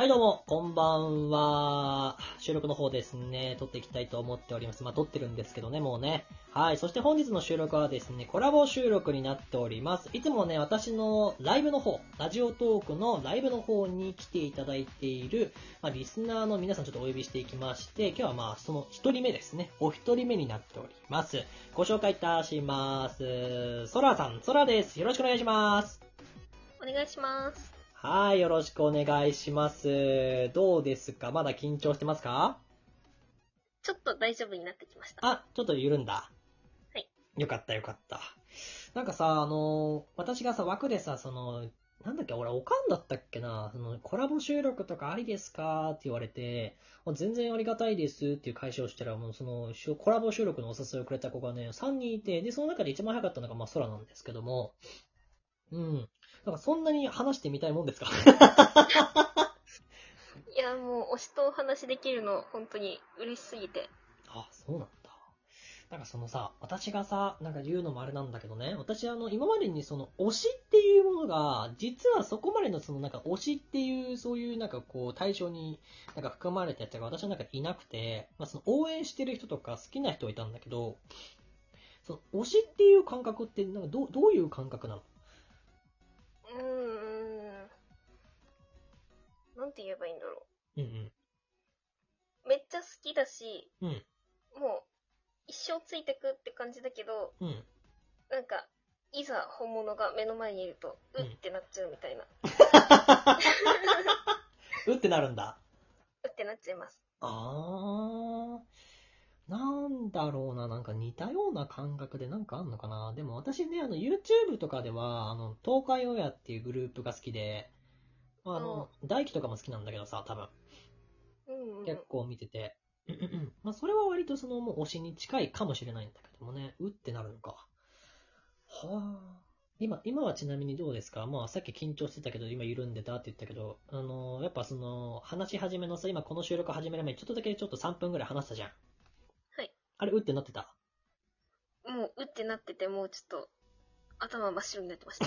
はいどうも、こんばんは。収録の方ですね、撮っていきたいと思っております。撮ってるんですけどね、もうね。はい。そして本日の収録はですね、コラボ収録になっております。いつもね、私のライブの方、ラジオトークのライブの方に来ていただいている、リスナーの皆さんちょっとお呼びしていきまして、今日はその一人目ですね。お一人目になっております。ご紹介いたします。ソラさん、ソラです。よろしくお願いします。 お願いします。 はい、よろしくお願いします。どうですか？まだ緊張してますか？ ちょっと大丈夫になってきました。 ちょっと緩んだ。 はい。 よかったよかった。なんかさ、私がさ、枠でさ、なんだっけ、俺、おかんだったっけな、コラボ収録とかありですかって言われて、全然ありがたいですっていう返しをしたら、コラボ収録のお誘いをくれた子がね、3人いて、で、その中で一番早かったのが、空なんですけども、うん。なんかそんなに話してみたいもんですか？ いや、もう推しとお話できるの、本当に嬉しすぎて。 そうなんだ。なんか私がさ、なんか言うのもあれなんだけどね、私今までに推しっていうものが、実はそこまでのなんか推しっていう、そういうなんか対象になんか含まれたやつが私の中でいなくて、応援してる人とか好きな人はいたんだけど、推しっていう感覚ってなんかどういう感覚なの？ なんて言えばいいんだろうんう。めっちゃ好きだし、 うん。うん。 もう一生ついてくって感じだけど、 うん。 なんか、いざ本物が目の前にいると、 うん。 ってなっちゃうみたいな。 うってなるんだ。 ってなっちゃいます。 なんだろうな、なんか似たような感覚でなんかあんのかな。でも私ね、YouTube とかでは、東海オンエアっていうグループが好きで、大輝とかも好きなんだけどさ、多分。結構見てて。それは割ともう推しに近いかもしれないんだけどもね、うってなるのか。はあ。今はちなみにどうですか？さっき緊張してたけど、今緩んでたって言ったけど、やっぱ話し始めのさ、今この収録始める前にちょっとだけちょっと3分ぐらい話したじゃん。 はい。 あれ、うってなってた？ もう、ってなってて、もうちょっと、頭真っ白になってました。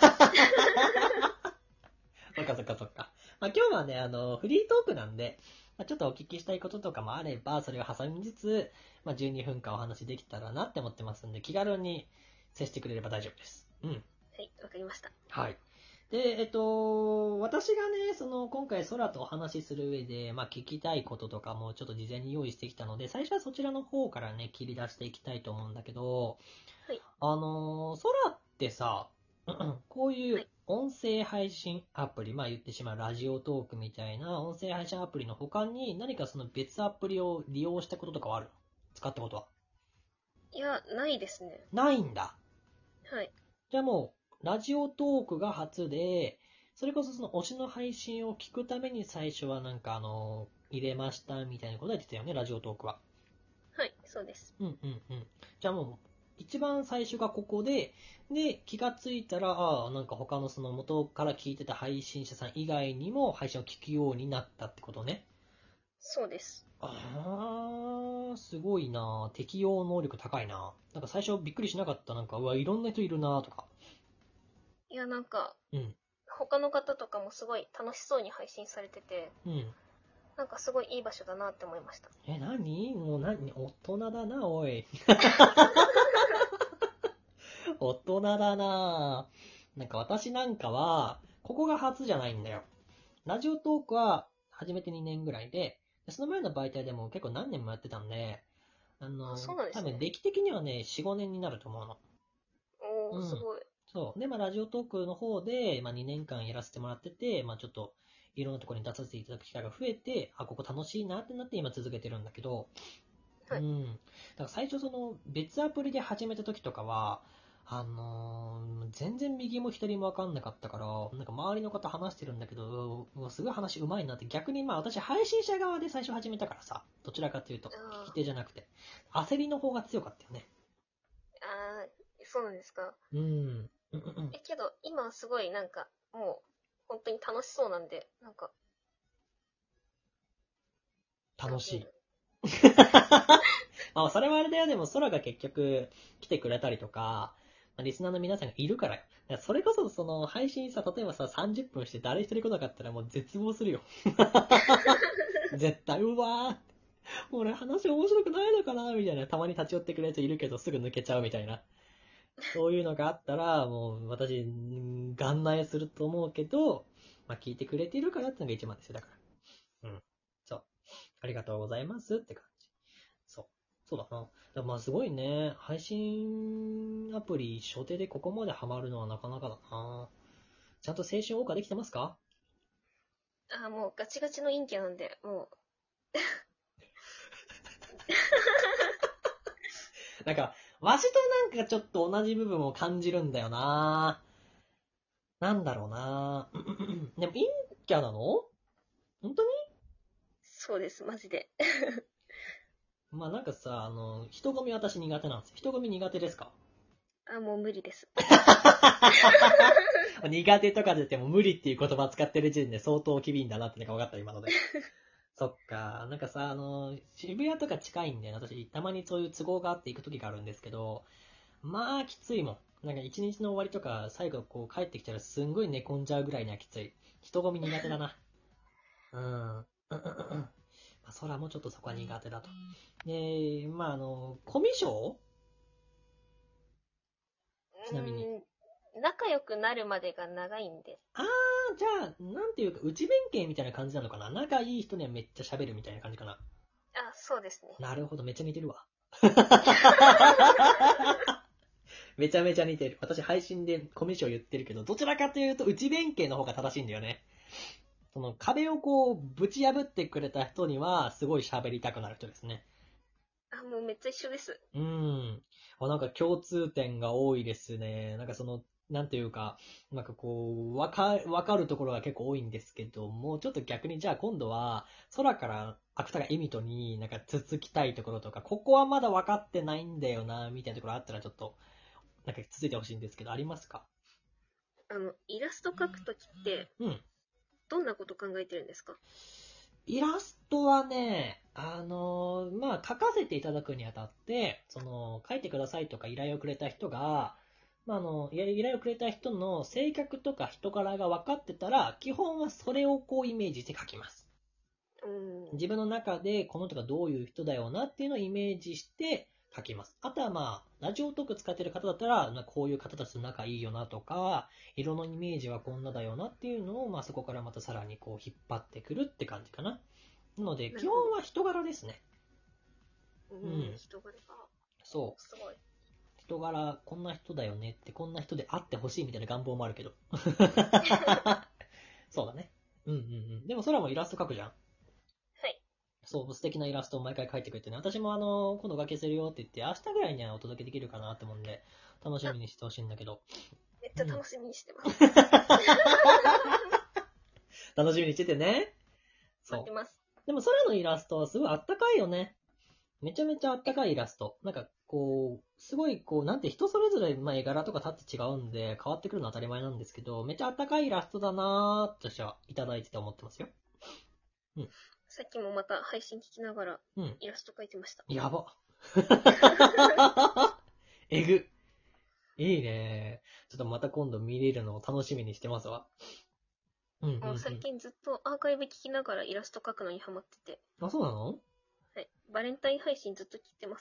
そっかそっかそっか。今日はね、フリートークなんで、ちょっとお聞きしたいこととかもあれば、それを挟みつつ、12分間お話できたらなって思ってますんで、気軽に接してくれれば大丈夫です。うん。 はい、わかりました。 はい。で、私がね、今回空とお話しする上で、聞きたいこととかもちょっと事前に用意してきたので、最初はそちらの方からね、切り出していきたいと思うんだけど、 はい。 空ってさ、こういうはい。 音声配信アプリ、言ってしまうラジオトークみたいな音声配信アプリの他に何か別アプリを利用したこととかはある？使ったことは？ いや、ないですね。 ないんだ。 はい。 じゃあもう、ラジオトークが初で、それこそ推しの配信を聞くために最初はなんか入れましたみたいなことは言ってたよね、ラジオトークは。 はい、そうです。 うんうんうん。じゃあもう、一番最初がここで、気がついたら、なんか他の元から聞いてた配信者さん以外にも配信を聞くようになったってことね。 そうです。 すごいな。適応能力高いな。なんか最初びっくりしなかった。なんか、うわ、いろんな人いるなとか。 いや、なんか、 うん。 他の方とかもすごい楽しそうに配信されてて、 うん。 なんかすごいいい場所だなって思いました。 もう大人だな、おい。大人だな。なんか私なんかは、ここが初じゃないんだよ。ラジオトークは始めて2年ぐらいで、その前の媒体でも結構何年もやってたんで、 そうなんですね。 多分歴的にはね、4、5年になると思うの。 おー、 うん。 すごい。 そう。で、ラジオトークの方で、2年間やらせてもらってて、ちょっと、いろんなところに出させていただく機会が増えて、ここ楽しいなってなって今続けてるんだけど、うはい。 ん。だから最初別アプリで始めた時とかは、全然右も左もわかんなかったから、なんか周りの方話してるんだけど、すごい話上手いなって、逆に私配信者側で最初始めたからさ、どちらかというと、聞きあ手じゃなくて、焦りの方が強かったよね。 そうなんですか。 うん。うんうんうん。 けど、今すごいなんか、もう、本当に楽しそうなんで、なんか、な楽しい。 んて言うんだろそれはあれだよ、でも空が結局来てくれたりとか、 リスナーの皆さんがいるからよ。だからそれこそその配信さ、例えばさ、30分して誰一人来なかったらもう絶望するよ。絶対、うわーって。俺話面白くないのかなみたいな。たまに立ち寄ってくれる人いるけどすぐ抜けちゃうみたいな。そういうのがあったら、もう私、元内すると思うけど、まあ聞いてくれているからってのが一番ですよ。だから。うん。そう。ありがとうございますって感じ。そう。そうだな。だからまあすごいね。配信アプリ初手でここまでハマるのはなかなかだな。ちゃんと青春謳歌できてますか？ もうガチガチの陰キャなんで、もなんか、わしとなんかちょっと同じ部分を感じるんだよな。なんだろうな。でも陰キャなの？本当に？ そうです、マジで。 まあなんかさ、人混み私苦手なんですよ。人混み苦手ですか？ もう無理です。 苦手とかで言っても無理っていう言葉使ってる時点で相当厳いんだなってのが分かった今ので。そっか。なんかさ、渋谷とか近いんで、私、たまにそういう都合があって行く時があるんですけど、まあ、きついもん。なんか一日の終わりとか、最後こう帰ってきたらすんごい寝込んじゃうぐらいにはきつい。人混み苦手だな。うん。まあ、空もちょっとそこは苦手だと。で、まあ、コミュ障ちなみに。 仲良くなるまでが長いんです。 じゃあ、なんていうか、内弁慶みたいな感じなのかな？仲いい人にはめっちゃ喋るみたいな感じかな。 そうですね。 なるほど、めっちゃ似てるわ。めちゃめちゃ似てる。私配信でコミュ障言ってるけど、どちらかというと内弁慶の方が正しいんだよね。その壁をこう、ぶち破ってくれた人には、すごい喋りたくなる人ですね。 もうめっちゃ一緒です。 なんか共通点が多いですね。なんかなんていうか、なんかこう、わかるところが結構多いんですけども、ちょっと逆にじゃあ今度は、空から芥川恵美とになんかつつきたいところとか、ここはまだ分かってないんだよな、みたいなところあったらちょっと、なんか続いてほしいんですけど、ありますか？ イラスト描くときって、 うん。 どんなこと考えてるんですか？ イラストはね、まあ、書かせていただくにあたって、書いてくださいとか依頼をくれた人が、まあ、依頼をくれた人の性格とか人柄が分かってたら、基本はそれをこうイメージして書きます。自分の中でこの人がどういう人だよなっていうのをイメージして書きます。あとはまあ、ラジオトーク使ってる方だったら、こういう方たちと仲いいよなとか、色のイメージはこんなだよなっていうのを、まあそこからまたさらにこう引っ張ってくるって感じかな。なので、基本は人柄ですね。 人柄が。 そう。 すごい。 人柄、こんな人だよねって、こんな人であってほしいみたいな願望もあるけど。そうだね。でも空もイラスト描くじゃん。 はい。 そう、素敵なイラストを毎回描いてくれてね。私も今度描けせるよって言って、明日ぐらいにはお届けできるかなって思うんで、楽しみにしてほしいんだけど。 めっちゃ楽しみにしてます。 楽しみにしててね。 待ってます。 でも空のイラストはすごいあったかいよね。めちゃめちゃあったかいイラスト。なんかこう、すごいこう、なんて人それぞれ、まあ、絵柄とかタッチ違うんで、変わってくるのは当たり前なんですけど、めっちゃあったかいイラストだなーって私はいただいてて思ってますよ。 さっきもまた配信聞きながら、 うん。 イラスト描いてました。 やば。えぐ。いいね。ちょっとまた今度見れるのを楽しみにしてますわ。 最近ずっとアーカイブ聞きながらイラスト描くのにハマってて。 あ、そうなの？ はい。バレンタイン配信ずっと聞いてます。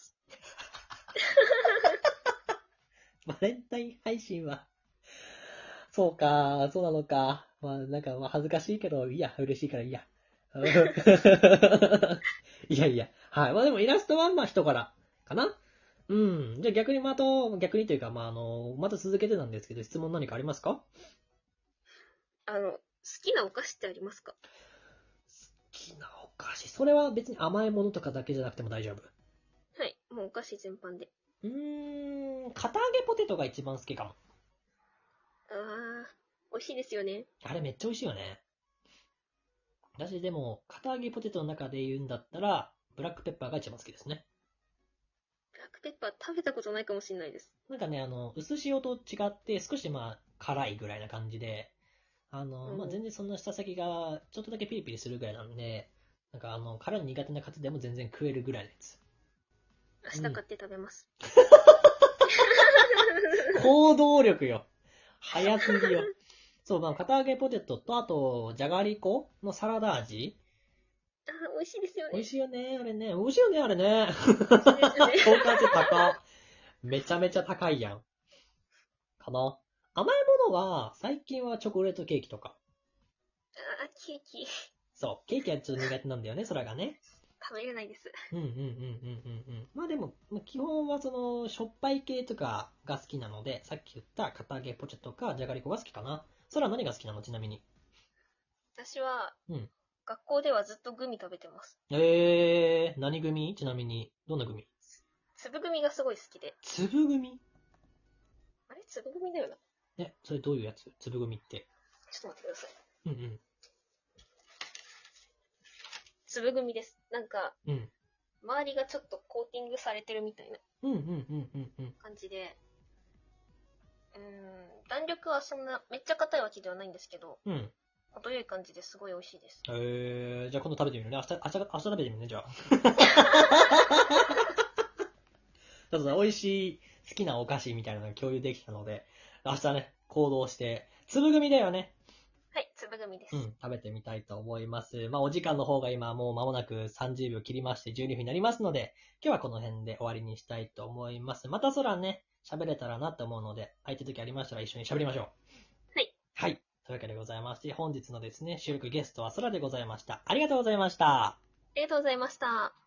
バレンタイン配信は。そうか、そうなのか。まあ、なんか、まあ、恥ずかしいけど、いいや、嬉しいからいいや。いやいや。はい。まあでもイラストはまあ人柄かな。じゃあ逆にというか、まあまた続けてなんですけど、質問何かありますか？ 好きなお菓子ってありますか？ 好きなお菓子。それは別に甘いものとかだけじゃなくても大丈夫。 はい。もうお菓子全般で。 堅揚げポテトが一番好きかも。 美味しいですよね。 あれめっちゃ美味しいよね。私でも、堅揚げポテトの中で言うんだったら、ブラックペッパーが一番好きですね。 ブラックペッパー食べたことないかもしれないです。 なんかね、薄塩と違って少しまあ、辛いぐらいな感じで、まあ、全然そんな舌先がちょっとだけピリピリするぐらいなんで、なんか辛い苦手な方でも全然食えるぐらいのやつ。 明日買って食べます。 行動力よ。早すぎよ。そう、まあ、堅揚げポテトと、あと、じゃがりこのサラダ味。 美味しいですよね。 美味しいよね、あれね。美味しいよね、あれね。 美味しいですよね。 相関性高。めちゃめちゃ高いやん。かな。甘いものは、最近はチョコレートケーキとか。 ケーキ、 そう、ケーキはちょっと苦手なんだよね、それがね。 食べれないです。 うんうんうんうんうんうん。まあでも、基本はその、しょっぱい系とかが好きなので、さっき言った堅揚げポテトかじゃがりこが好きかな。それは何が好きなのちなみに。 私は、 うん。 学校ではずっとグミ食べてます。 何組ちなみに。どんな組？ 粒グミがすごい好きで。 粒組？ あれ粒グミだよな。 それどういうやつ粒組って。 ちょっと待ってください。 うんうん。 粒グミです。なんか、 うん。 周りがちょっとコーティングされてるみたいなうんうんうんうんうん。 感じで、弾力はそんな、めっちゃ硬いわけではないんですけど、 うん。 程よい感じですごい美味しいです。 じゃあ今度食べてみるね。明日食べてみるね、じゃあ。ちょっとね、美味しい、好きなお菓子みたいなのを共有できたので、明日ね、行動して、粒組だよね。 はい、粒グミです。 うん、食べてみたいと思います。まあ、お時間の方が今もう間もなく30秒切りまして12分になりますので、今日はこの辺で終わりにしたいと思います。また空ね、喋れたらなと思うので、空いてる時ありましたら一緒に喋りましょう。 はい。 はい。というわけでございまして、本日のですね、収録ゲストは空でございました。ありがとうございました。 ありがとうございました。